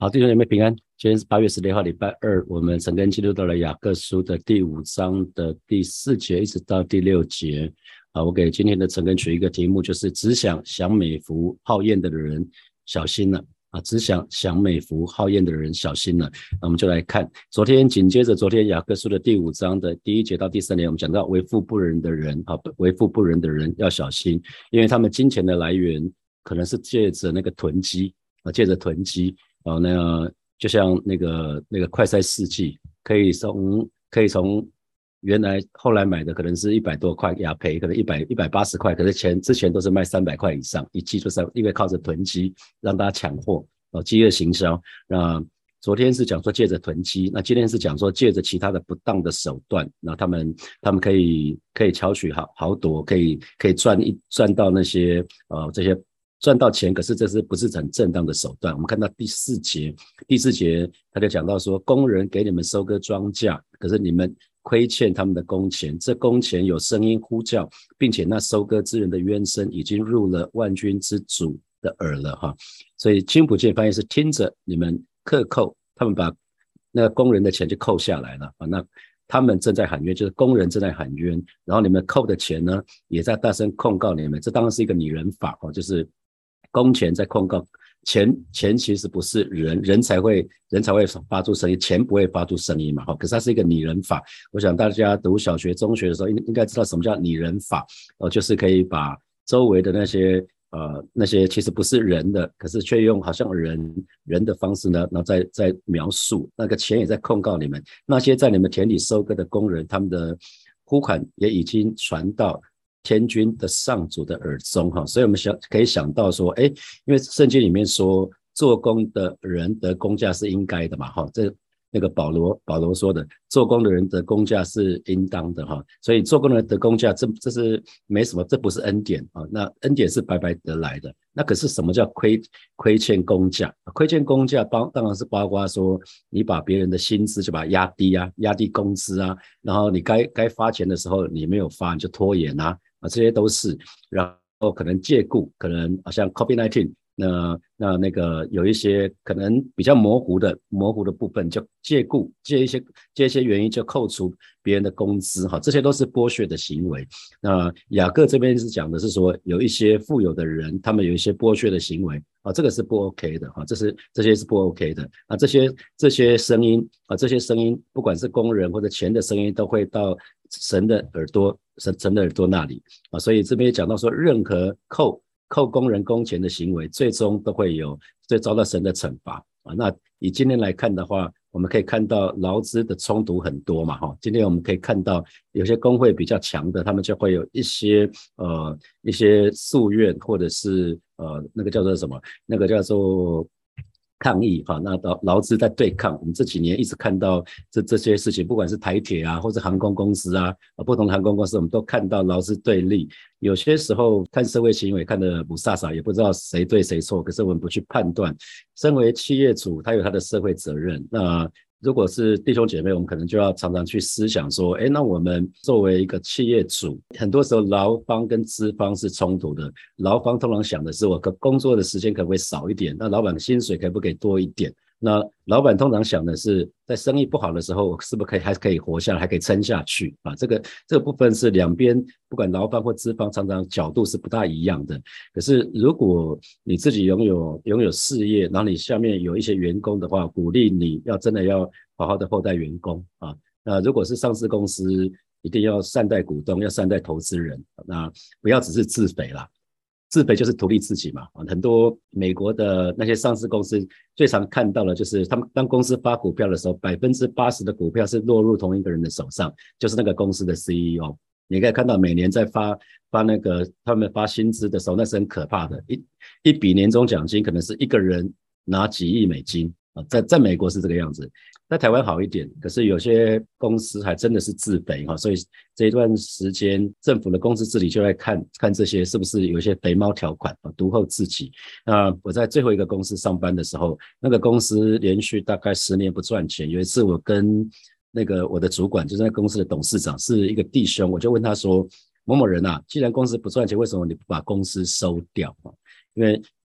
好，弟兄姐妹平安。今天是8月16号，礼拜二。我们陈根进入到了雅各书的第5章的第4节一直到第6节。我给今天的陈根取一个题目，就是只想享美福好厌的人小心了。只想享美福好厌的人小心了。那我们就来看紧接着昨天雅各书的第5章的第1节到第3节，我们讲到为富不仁的人，为富不仁的人要小心，因为他们金钱的来源可能是借着那个囤积，借着囤积。那就像那个快筛试剂，可以从原来后来买的可能是100多块雅培，可能180块，可是之前都是卖300块以上一剂，就是因为靠着囤积让大家抢货，饥饿行销。那昨天是讲说借着囤积，那今天是讲说借着其他的不当的手段，那他们可以巧取豪夺，可以赚到那些这些赚到钱，可是这不是很正当的手段。我们看到第四节他就讲到说，工人给你们收割庄稼，可是你们亏欠他们的工钱，这工钱有声音呼叫，并且那收割之人的冤声已经入了万军之主的耳了哈。所以青埔剑翻译是听着你们克扣，他们把那个工人的钱就扣下来了那他们正在喊冤，就是工人正在喊冤，然后你们扣的钱呢也在大声控告你们，这当然是一个拟人法就是工钱在控告钱其实不是人才会发出声音，钱不会发出声音嘛可是它是一个拟人法。我想大家读小学中学的时候应该知道什么叫拟人法就是可以把周围的那些其实不是人的，可是却用好像人的方式呢，然后再描述那个钱也在控告你们，那些在你们田里收割的工人，他们的呼喊也已经传到天君的上主的耳中所以我们可以想到说因为圣经里面说做工的人得工价是应该的嘛这那个保罗说的，做工的人得工价是应当的所以做工的人得工价这是没什么，这不是恩典那恩典是白白得来的。那可是什么叫亏欠工价？亏欠工价当然是包括说你把别人的薪资就把它压低工资然后你该发钱的时候你没有发，你就拖延这些都是。然后可能借故，可能像 COVID-19 那个有一些可能比较模糊的部分，就借一些原因就扣除别人的工资这些都是剥削的行为。那雅各这边是讲的是说，有一些富有的人，他们有一些剥削的行为这个是不 OK 的这些是不 OK 的这些声音不管是工人或者钱的声音，都会到神的耳朵那里所以这边也讲到说，任何扣工人工钱的行为，最终都会遭到神的惩罚那以今天来看的话，我们可以看到劳资的冲突很多嘛今天我们可以看到有些工会比较强的，他们就会有一些诉愿，或者是那个叫做什么，那个叫做抗议那劳资在对抗。我们这几年一直看到这些事情，不管是台铁或者航空公司不同的航空公司，我们都看到劳资对立。有些时候看社会行为看得不飒飒，也不知道谁对谁错，可是我们不去判断。身为企业主，他有他的社会责任，那如果是弟兄姐妹，我们可能就要常常去思想说那我们作为一个企业主，很多时候劳方跟资方是冲突的。劳方通常想的是我工作的时间可不可以少一点，那老板的薪水可不可以多一点，那老板通常想的是在生意不好的时候，我是不是还可以活下来，还可以撑下去这个部分是两边不管劳方或资方常常角度是不大一样的。可是如果你自己拥有事业，然后你下面有一些员工的话，鼓励你真的要好好的厚待员工那如果是上市公司，一定要善待股东，要善待投资人，那不要只是自肥啦。自肥就是图利自己嘛很多美国的那些上市公司最常看到的就是他们当公司发股票的时候，80%的股票是落入同一个人的手上，就是那个公司的 CEO。 你可以看到每年在发那个他们发薪资的时候，那是很可怕的，一笔年终奖金可能是一个人拿几亿美金在美国是这个样子。在台湾好一点，可是有些公司还真的是自肥所以这一段时间政府的公司治理就在看这些是不是有一些肥猫条款独厚自己。那我在最后一个公司上班的时候，那个公司连续大概10年不赚钱。有一次我跟那个我的主管，就是那个公司的董事长是一个弟兄，我就问他说，某某人既然公司不赚钱，为什么你不把公司收掉因为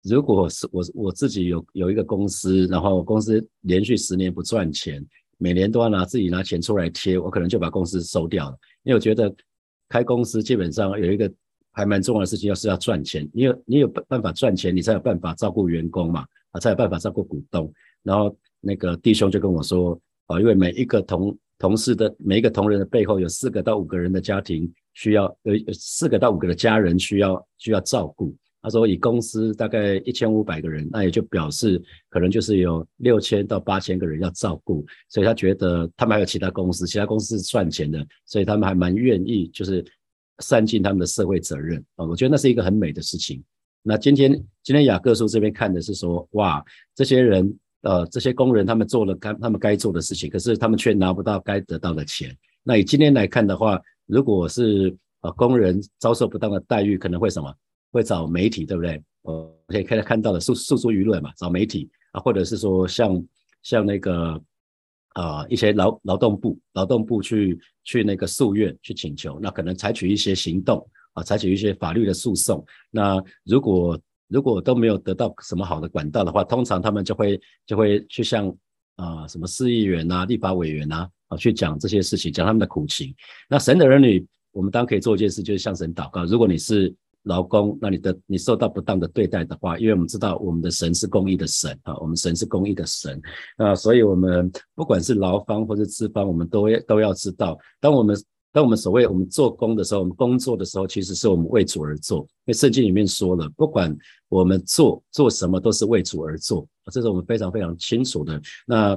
如果是我自己有一个公司，然后公司连续10年不赚钱，每年都要自己拿钱出来贴，我可能就把公司收掉了。因为我觉得开公司基本上有一个还蛮重要的事情，就是要赚钱。你有办法赚钱，你才有办法照顾员工嘛，才有办法照顾股东。然后那个弟兄就跟我说，因为每一个同事的每一个同仁的背后有4个到5个人的家庭需要4个到5个的家人需要照顾。他说以公司大概1500个人，那也就表示可能就是有6000到8000个人要照顾，所以他觉得他们还有其他公司是赚钱的，所以他们还蛮愿意就是善尽他们的社会责任。我觉得那是一个很美的事情。那今天雅各书这边看的是说，哇，这些人这些工人他们做了他们该做的事情，可是他们却拿不到该得到的钱。那以今天来看的话，如果是工人遭受不当的待遇，可能会什么？会找媒体，对不对？可以看到的诉诸舆论嘛，找媒体或者是说像那个一些劳动部去那个诉愿去请求，那可能采取一些行动采取一些法律的诉讼。那如果都没有得到什么好的管道的话，通常他们就会去向什么市议员立法委员去讲这些事情，讲他们的苦情。那神的儿女，我们当然可以做一件事，就是向神祷告。如果你是劳工，那你受到不当的对待的话，因为我们知道我们的神是公义的神我们神是公义的神所以我们不管是劳方或是资方，我们都要知道，当我们所谓我们做工的时候，我们工作的时候，其实是我们为主而做。因为圣经里面说了，不管我们做什么，都是为主而做，这是我们非常非常清楚的。那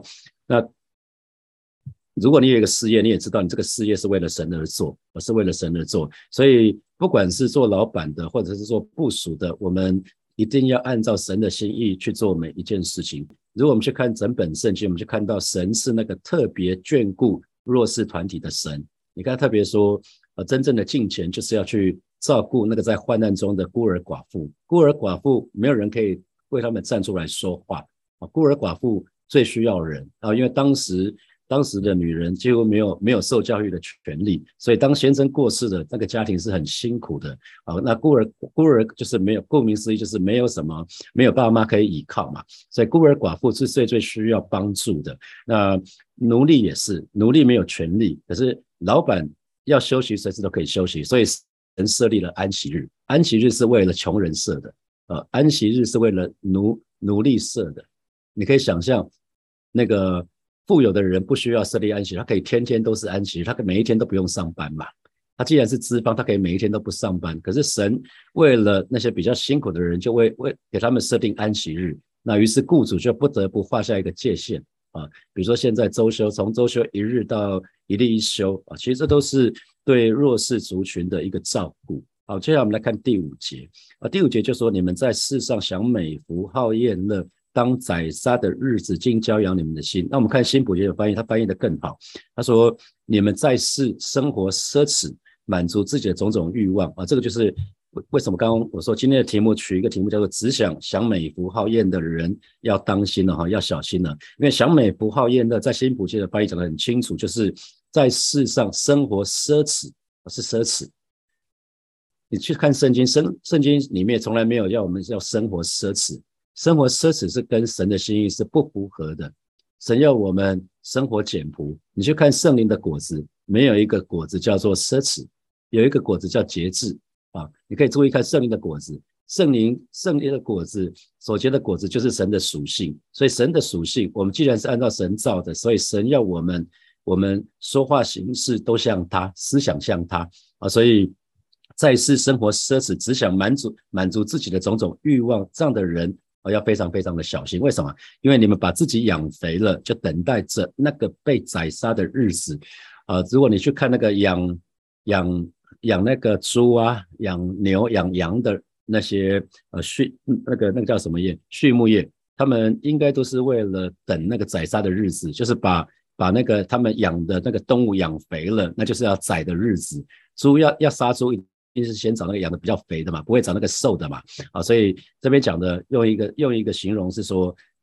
如果你有一个事业，你也知道你这个事业是为了神而做，是为了神而做。所以不管是做老板的或者是做部属的，我们一定要按照神的心意去做每一件事情。如果我们去看整本圣经，我们就看到神是那个特别眷顾弱势团体的神。你看特别说真正的敬虔就是要去照顾那个在患难中的孤儿寡妇没有人可以为他们站出来说话孤儿寡妇最需要人因为当时的女人几乎没有受教育的权利，所以当先生过世的那个家庭是很辛苦的那孤儿就是没有，顾名思义就是没有爸妈可以依靠嘛，所以孤儿寡妇是最需要帮助的。那奴隶也是，奴隶没有权利，可是老板要休息随时都可以休息，所以神设立了安息日。安息日是为了穷人设的安息日是为了奴隶设的。你可以想象那个富有的人不需要设立安息日，他可以天天都是安息日，他可以每一天都不用上班嘛。他既然是资方，他可以每一天都不上班，可是神为了那些比较辛苦的人，就为给他们设定安息日。那于是雇主就不得不画下一个界限比如说现在周休，从周休1日到1例1休其实这都是对弱势族群的一个照顾。好，接下来我们来看第5节第5节就说，你们在世上享美福，好宴乐，当宰杀的日子，竟教养你们的心。那我们看新普节的翻译，他翻译的更好，他说你们在世生活奢侈，满足自己的种种欲望这个就是为什么刚刚我说今天的题目取一个题目叫做只想享美福好宴的人要当心了要小心了。因为享美福好宴的在新普节的翻译讲得很清楚，就是在世上生活奢侈是奢侈。你去看圣经，圣经里面从来没有要我们要生活奢侈，生活奢侈是跟神的心意是不符合的。神要我们生活简朴。你去看圣灵的果子，没有一个果子叫做奢侈，有一个果子叫节制你可以注意看圣灵的果子，圣灵的果子所结的果子就是神的属性。所以神的属性，我们既然是按照神造的，所以神要我们说话行事都像他，思想像他所以在世生活奢侈，只想满足自己的种种欲望，这样的人要非常非常的小心。为什么？因为你们把自己养肥了，就等待着那个被宰杀的日子如果你去看那个养那个猪养牛养羊的那些那个叫什么业，畜牧业，他们应该都是为了等那个宰杀的日子，就是把那个他们养的那个动物养肥了，那就是要宰的日子。猪要杀猪一定是先找那个养的比较肥的嘛，不会找那个瘦的嘛所以这边讲的用一个形容是说，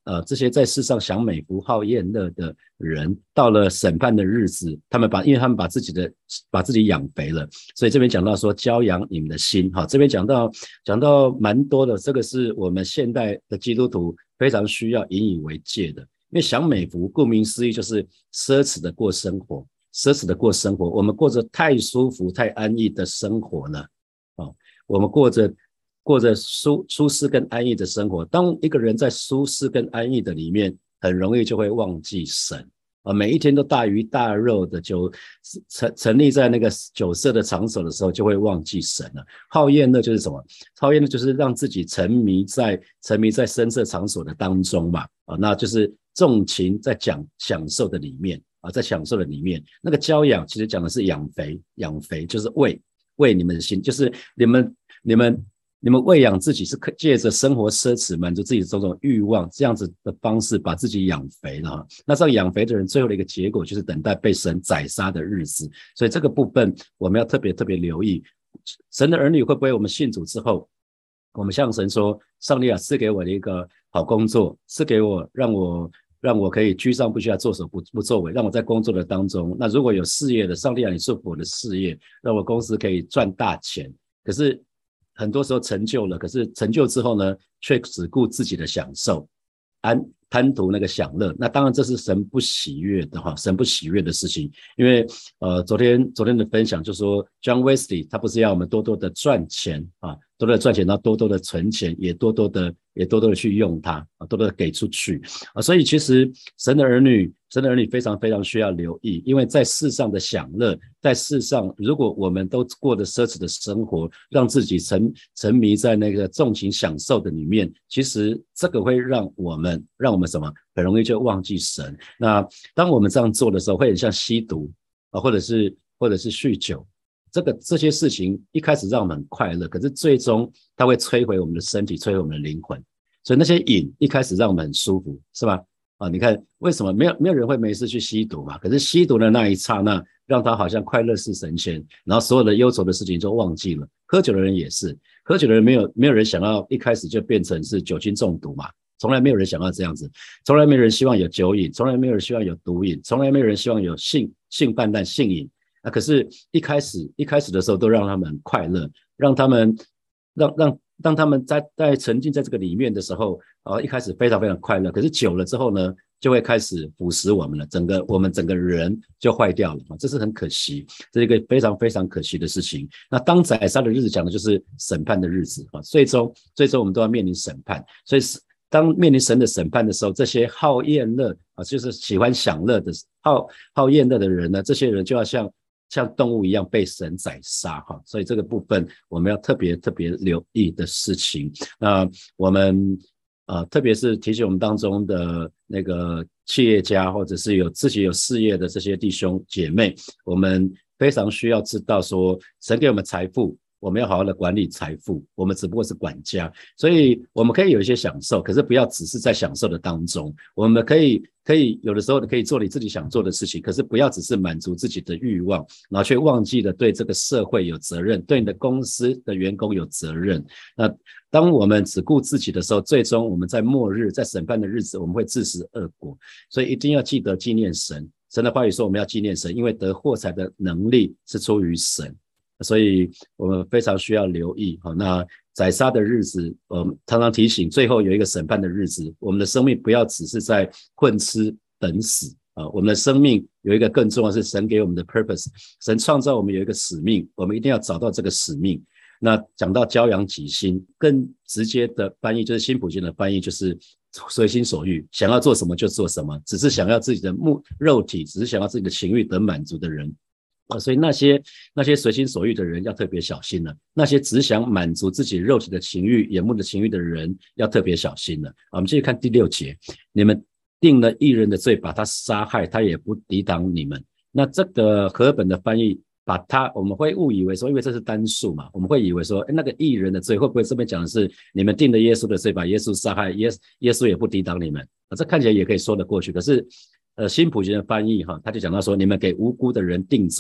这些在世上享美福好厌乐的人，到了审判的日子，因为他们把自己养肥了，所以这边讲到说教养你们的心，好，这边讲到蛮多的，这个是我们现代的基督徒非常需要引以为戒的，因为享美福顾名思义就是奢侈的过生活，我们过着太舒服太安逸的生活了，我们过着舒适跟安逸的生活。当一个人在舒适跟安逸的里面，很容易就会忘记神，每一天都大鱼大肉的沉溺在那个酒色的场所的时候，就会忘记神了。好厌乐就是什么？好厌乐就是让自己沉迷在声色场所的当中嘛，那就是纵情在享受的里面，在享受的里面。那个教养其实讲的是养肥就是喂你们的心，就是你们喂养自己是借着生活奢侈满足自己的种种欲望，这样子的方式把自己养肥了。那这样养肥的人最后的一个结果就是等待被神宰杀的日子，所以这个部分我们要特别留意。神的儿女会不会我们信主之后，我们向神说，上帝啊，赐给我的一个好工作，赐给我让我可以居上不下，作首不作尾，让我在工作的当中，那如果有事业的，上帝啊，你祝福我的事业，让我公司可以赚大钱。可是很多时候成就了，可是成就之后呢，却只顾自己的享受，贪图那个享乐，那当然这是神不喜悦的神不喜悦的事情。因为昨天的分享就说 John Wesley 他不是要我们多多的赚钱多多的赚钱，然后多多的存钱，也多多的去用它多多的给出去所以其实神的儿女非常需要留意，因为在世上的享乐，在世上如果我们都过得奢侈的生活，让自己沉迷在那个纵情享受的里面，其实这个会让我们什么，很容易就忘记神。那当我们这样做的时候，会很像吸毒或者是酗酒，这些事情一开始让我们很快乐，可是最终它会摧毁我们的身体，摧毁我们的灵魂。所以那些瘾一开始让我们很舒服，是吧？你看为什么没有人会没事去吸毒嘛？可是吸毒的那一刹那，让他好像快乐似神仙，然后所有的忧愁的事情就忘记了。喝酒的人也是，喝酒的人没有人想要一开始就变成是酒精中毒嘛，从来没有人想要这样子，从来没有人希望有酒瘾，从来没有人希望有毒瘾，从来没有人希望有性泛滥性瘾可是一开始的时候都让他们很快乐，让他们在沉浸在这个里面的时候一开始非常快乐，可是久了之后呢，就会开始腐蚀我们了，我们整个人就坏掉了这是很可惜，这是一个非常可惜的事情。那当宰杀的日子讲的就是审判的日子最终我们都要面临审判，所以当面临神的审判的时候，这些好厌乐就是喜欢享乐的好厌乐的人呢，这些人就要像动物一样被神宰杀所以这个部分我们要特别留意的事情。那我们特别是提醒我们当中的那个企业家，或者是自己有事业的这些弟兄姐妹，我们非常需要知道说，神给我们财富，我们要好好的管理财富，我们只不过是管家，所以我们可以有一些享受，可是不要只是在享受的当中，我们可以有的时候可以做你自己想做的事情，可是不要只是满足自己的欲望，然后却忘记了对这个社会有责任，对你的公司的员工有责任。那当我们只顾自己的时候，最终我们在末日，在审判的日子，我们会自食恶果。所以一定要记得纪念神，神的话语说我们要纪念神，因为得获财的能力是出于神，所以我们非常需要留意那宰杀的日子，常常提醒最后有一个审判的日子，我们的生命不要只是在混吃等死我们的生命有一个更重要的是神给我们的 purpose， 神创造我们有一个使命，我们一定要找到这个使命。那讲到教养己心，更直接的翻译就是新普京的翻译，就是随心所欲，想要做什么就做什么，只是想要自己的肉体，只是想要自己的情欲得满足的人所以那些随心所欲的人要特别小心了，那些只想满足自己肉体的情欲、眼目的情欲的人要特别小心了我们继续看第6节，你们定了义人的罪，把他杀害，他也不抵挡你们。那这个和合本的翻译把他，我们会误以为说，因为这是单数嘛，我们会以为说那个义人的罪会不会这边讲的是你们定了耶稣的罪，把耶稣杀害，耶稣也不抵挡你们这看起来也可以说得过去。可是新普京的翻译他就讲到说，你们给无辜的人定罪，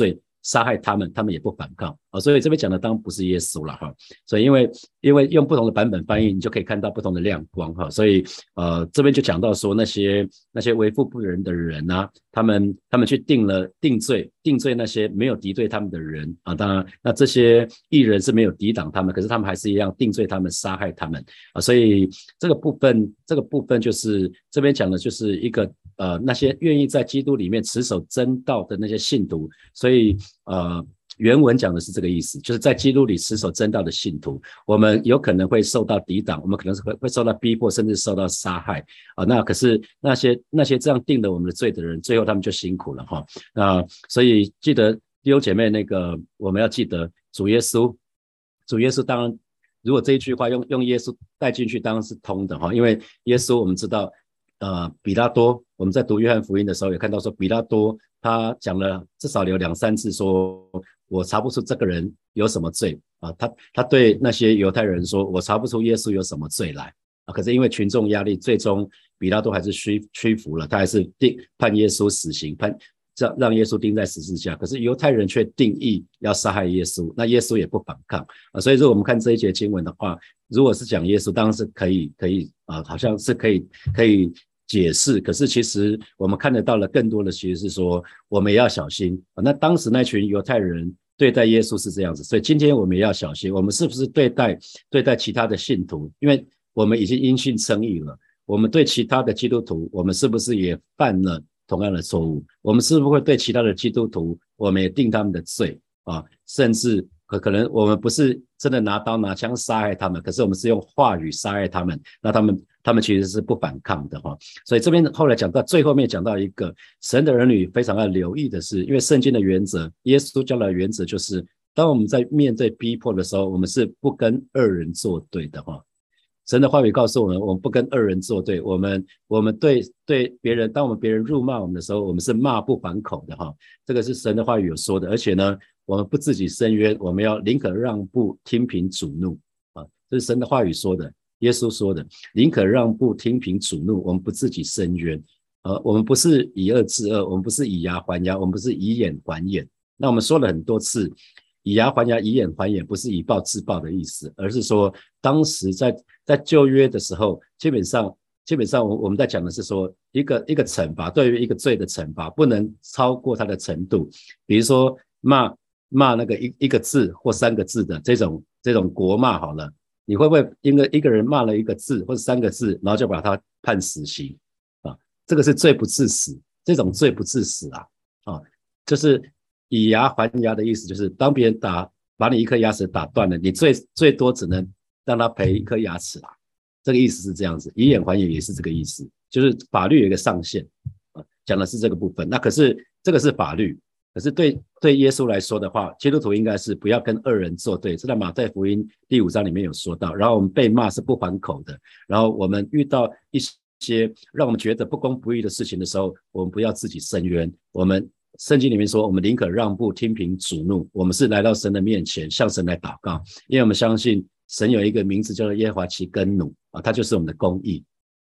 杀害他们，他们也不反抗啊。所以这边讲的当然不是耶稣了哈。所以因为用不同的版本翻译，你就可以看到不同的亮光哈。所以这边就讲到说那些为富不仁的人啊，他们去定罪那些没有敌对他们的人啊。当然，那这些义人是没有抵挡他们，可是他们还是一样定罪他们，杀害他们啊。所以这个部分就是这边讲的就是一个那些愿意在基督里面持守真道的那些信徒。所以原文讲的是这个意思，就是在基督里持守真道的信徒，我们有可能会受到抵挡，我们可能是会受到逼迫，甚至受到杀害啊。那可是那些这样定了我们的罪的人，最后他们就辛苦了哈。那所以记得弟兄姐妹，那个我们要记得主耶稣当然，如果这一句话用耶稣带进去，当然是通的哈。因为耶稣我们知道，比拉多，我们在读约翰福音的时候也看到说，比拉多他讲了至少有2-3次说，我查不出这个人有什么罪啊。他对那些犹太人说，我查不出耶稣有什么罪来啊。可是因为群众压力，最终比拉多还是屈服了，他还是判耶稣死刑，让耶稣钉在十字架。可是犹太人却定义要杀害耶稣，那耶稣也不反抗啊。所以如果我们看这一节经文的话，如果是讲耶稣，当然是可以好像是可以解释。可是其实我们看得到了更多的其实是说，我们也要小心啊。那当时那群犹太人对待耶稣是这样子，所以今天我们也要小心，我们是不是对待其他的信徒，因为我们已经因信称义了，我们对其他的基督徒，我们是不是也犯了同样的错误？我们是不是会对其他的基督徒，我们也定他们的罪啊？甚至可能我们不是真的拿刀拿枪杀害他们，可是我们是用话语杀害他们，那他们其实是不反抗的哈。所以这边后来讲到最后面讲到一个神的儿女非常要留意的是，因为圣经的原则，耶稣教的原则就是，当我们在面对逼迫的时候，我们是不跟恶人作对的哈。神的话语告诉我们，我们不跟恶人作对，我们对别人，当我们别人辱骂我们的时候，我们是骂不还口的哈。这个是神的话语有说的。而且呢，我们不自己伸冤，我们要宁可让步，听凭主怒啊。这是神的话语说的，耶稣说的，宁可让步，听凭主怒，我们不自己伸冤。我们不是以恶制恶，我们不是以牙还牙，我们不是以眼还眼。那我们说了很多次，以牙还牙，以眼还眼，不是以暴制暴的意思，而是说当时在旧约的时候，基本上我们在讲的是说，一个惩罚，对于一个罪的惩罚不能超过它的程度。比如说骂那个一个字或3个字的这种国骂好了，你会不会因为一个人骂了1个字或者3个字，然后就把他判死刑啊？这个是罪不至死，这种罪不至死啊，就是以牙还牙的意思，就是当别人把你1颗牙齿打断了，你最多只能让他赔1颗牙齿啦。这个意思是这样子，以眼还眼也是这个意思，就是法律有一个上限讲的是这个部分。那可是这个是法律，可是对耶稣来说的话，基督徒应该是不要跟恶人作对，这在马太福音第5章里面有说到。然后我们被骂是不还口的，然后我们遇到一些让我们觉得不公不义的事情的时候，我们不要自己伸冤。我们圣经里面说，我们宁可让步，听凭主怒。我们是来到神的面前，向神来祷告，因为我们相信神有一个名字叫做耶和华其根努啊，他就是我们的公义，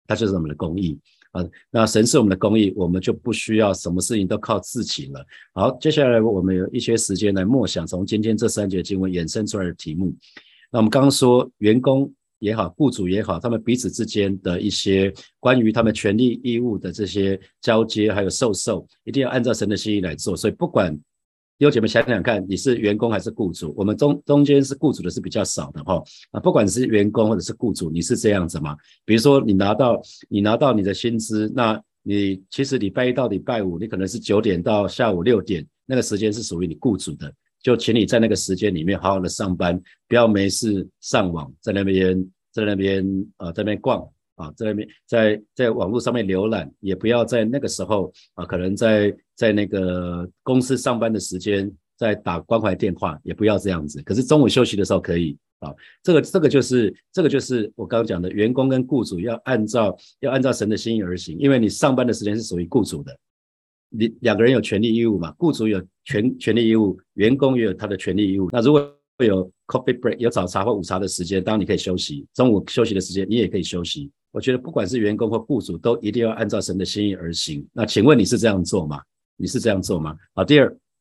那神是我们的公义，我们就不需要什么事情都靠自己了。好，接下来我们有一些时间来默想从今天这3节经文衍生出来的题目。那我们刚刚说员工也好，雇主也好，他们彼此之间的一些关于他们权利义务的这些交接还有授受，一定要按照神的心意来做。所以不管弟兄姐妹想想看，你是员工还是雇主，我们中间是雇主的是比较少的不管是员工或者是雇主，你是这样子吗？比如说你拿到你的薪资，那你其实礼拜1到礼拜5，你可能是9点到下午6点，那个时间是属于你雇主的，就请你在那个时间里面好好的上班，不要没事上网，在那边逛在那边在网络上面浏览，也不要在那个时候可能在那个公司上班的时间在打关怀电话，也不要这样子。可是中午休息的时候可以这个就是我刚刚讲的，员工跟雇主要按照神的心意而行，因为你上班的时间是属于雇主的，你2个人有权利义务嘛，雇主有权利义务，员工也有他的权利义务。那如果会有 coffee break 有早茶或午茶的时间，当然你可以休息，中午休息的时间你也可以休息。我觉得不管是员工或雇主都一定要按照神的心意而行。那请问你是这样做吗？好，第二，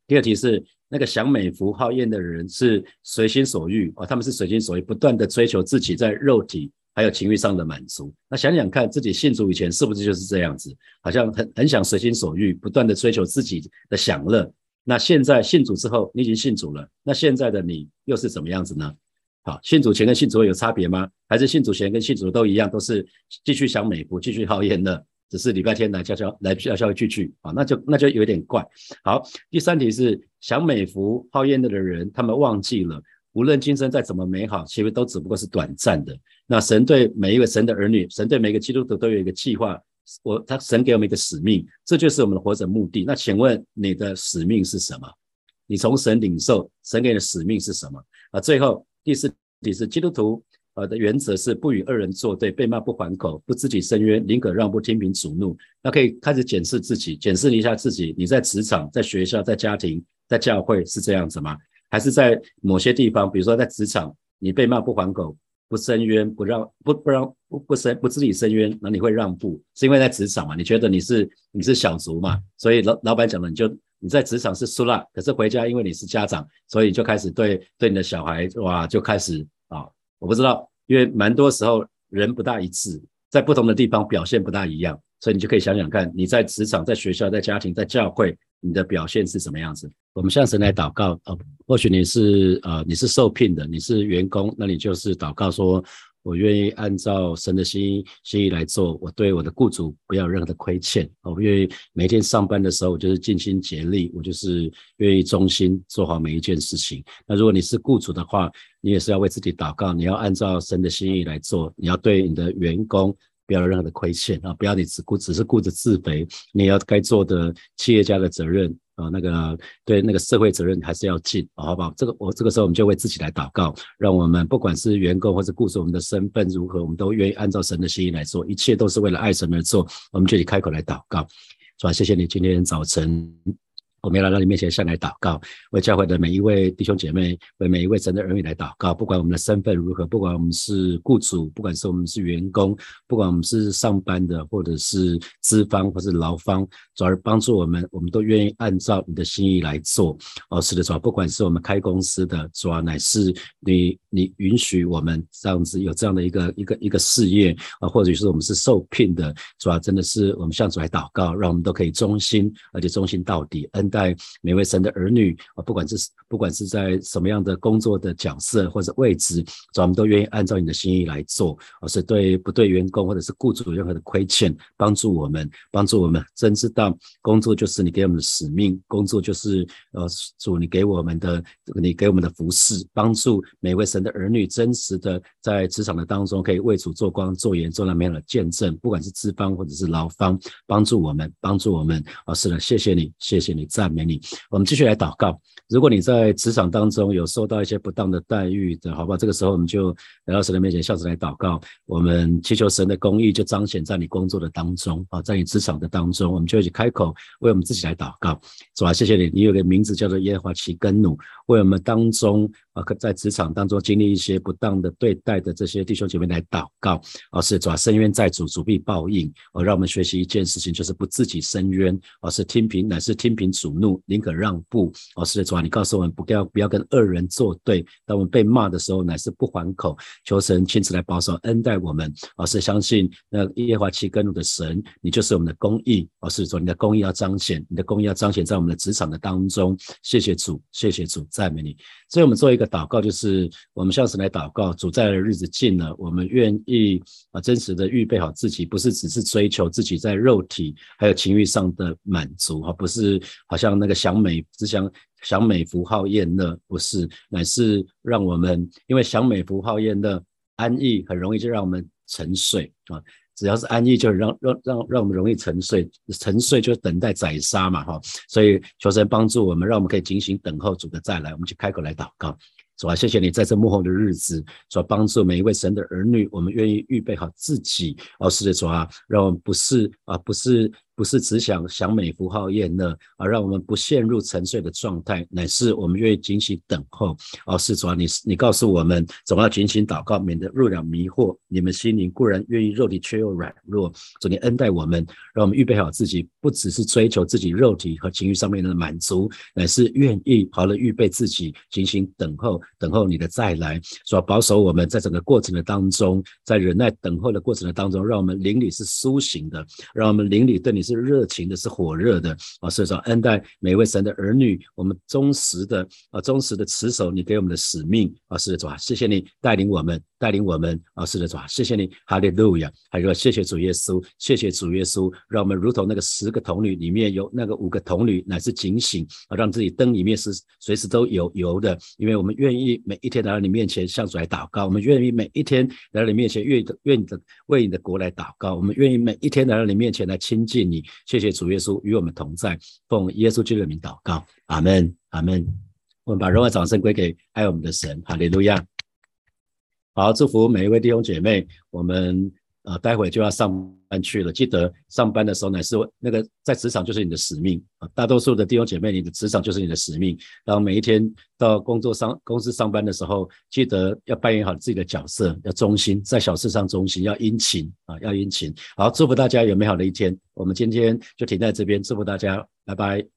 第二题是那个享美福好宴的人是随心所欲他们是随心所欲，不断的追求自己在肉体还有情欲上的满足。那想想看，自己信主以前是不是就是这样子？好像很想随心所欲，不断的追求自己的享乐。那现在信主之后，你已经信主了，那现在的你又是怎么样子呢？好，信主前跟信主后有差别吗？还是信主前跟信主都一样，都是继续享美福，继续好宴乐？只是礼拜天来教会聚聚啊，那就有点怪。好，第三题是享美福好宴乐的人，他们忘记了，无论今生再怎么美好，其实都只不过是短暂的。那神对每一个神的儿女，神对每一个基督徒都有一个计划，神给我们一个使命，这就是我们的活着目的。那请问你的使命是什么？你从神领受，神给你的使命是什么？最后第四题是基督徒的原则是不与恶人作对，被骂不还口，不自己伸冤，宁可让步，听凭主怒。那可以开始检视自己，检视一下自己，你在职场、在学校、在家庭、在教会是这样子吗？还是在某些地方，比如说在职场，你被骂不还口，不伸冤，不自己伸冤，那你会让步，是因为在职场嘛？你觉得你是小卒嘛？所以老板讲了，你在职场是输了，可是回家因为你是家长，所以就开始对你的小孩就开始我不知道，因为蛮多时候人不大一致，在不同的地方表现不大一样，所以你就可以想想看，你在职场、在学校、在家庭、在教会，你的表现是什么样子？我们向神来祷告或许你是受聘的，你是员工，那你就是祷告说，我愿意按照神的心意来做，我对我的雇主不要有任何的亏欠，我愿意每天上班的时候我就是尽心竭力，我就是愿意忠心做好每一件事情。那如果你是雇主的话，你也是要为自己祷告，你要按照神的心意来做，你要对你的员工不要有任何的亏欠不要你只是顾着自肥，你也要该做的企业家的责任对那个社会责任还是要尽好不好？这个时候我们就为自己来祷告，让我们不管是员工或者雇主，我们的身份如何，我们都愿意按照神的心意来做，一切都是为了爱神而做，我们就以开口来祷告。主啊，谢谢你今天早晨我们要来到你面前向来祷告，为教会的每一位弟兄姐妹，为每一位神的儿女来祷告，不管我们的身份如何，不管我们是雇主，不管是我们是员工，不管我们是上班的，或者是资方或是劳方，主要帮助我们都愿意按照你的心意来做是的，主要不管是我们开公司的，主要乃是你允许我们这样子有这样的一个事业或者是我们是受聘的，主要真的是我们向主来祷告，让我们都可以忠心，而且忠心到底，恩待每位神的儿女不管是在什么样的工作的角色或者位置，主要我们都愿意按照你的心意来做是不对员工或者是雇主有任何的亏欠，帮助我们真知道工作就是你给我们的使命，工作就是主你给我们的服事，帮助每位神的儿女真实的在职场的当中可以为主做光做盐做那美好的见证，不管是资方或者是劳方，帮助我们是的，谢谢你赞美你。我们继续来祷告，如果你在职场当中有受到一些不当的待遇的，好吧，这个时候我们就来到神的面前向神来祷告，我们祈求神的公义就彰显在你工作的当中在你职场的当中，我们就一起开口为我们自己来祷告。主啊，谢谢你，你有个名字叫做耶和华其根努，为我们当中在职场当中经历一些不当的对待的这些弟兄姐妹来祷告是主啊，伸冤在主，主必报应让我们学习一件事情，就是不自己伸冤乃是听凭主怒，宁可让步是的，主啊，你告诉我们不要跟恶人作对，当我们被骂的时候乃是不还口，求神亲自来保守恩待我们是相信那耶和华其根努的神，你就是我们的公义是主，你的公义要彰显，你的公义要彰显在我们的职场的当中，谢谢主赞美你。所以我们做一个祷告，就是我们向神来祷告，主在的日子近了，我们愿意真实的预备好自己，不是只是追求自己在肉体还有情欲上的满足不是好像那个享美福好宴乐，不是，乃是让我们因为享美福好宴乐安逸很容易就让我们沉睡只要是安逸就让我们容易沉睡就等待宰杀嘛所以求神帮助我们，让我们可以警醒等候主的再来。我们去开口来祷告。主啊，谢谢你在这幕后的日子所帮助每一位神的儿女，我们愿意预备好自己是的，主啊，让我们不是不是只想美福好宴乐啊，让我们不陷入沉睡的状态，乃是我们愿意警醒等候。是主啊，你告诉我们总要警醒祷告，免得入了迷惑。你们心灵固然愿意，肉体却又软弱。主，你恩待我们，让我们预备好自己，不只是追求自己肉体和情欲上面的满足，乃是愿意好了预备自己，警醒等候你的再来。主啊，保守我们在整个过程的当中，在忍耐等候的过程的当中，让我们灵里是苏醒的，让我们灵里对你是热情的，是火热的。是主，恩待每一位神的儿女，我们忠实的持守你给我们的使命。是的主啊，谢谢你带领我们是的主啊，谢谢你，哈利路亚。还有谢谢主耶稣，谢谢主耶稣，让我们如同那个10个童女里面有那个5个童女乃是警醒，让自己灯里面是随时都有油的，因为我们愿意每一天来到你面前向主来祷告，我们愿意每一天来到你面前愿意的为你的国来祷告，我们愿意每一天来到你面前来亲近你。谢谢主耶稣与我们同在，奉耶稣基督的名祷告，阿们阿们。我们把荣耀掌声归给爱我们的神，哈利路亚。好，祝福每一位弟兄姐妹，我们待会就要上班去了，记得上班的时候乃是那个在职场就是你的使命大多数的弟兄姐妹，你的职场就是你的使命。当每一天到公司上班的时候，记得要扮演好自己的角色，要忠心，在小事上忠心，要殷勤要殷勤。好，祝福大家有美好的一天。我们今天就停在这边，祝福大家，拜拜。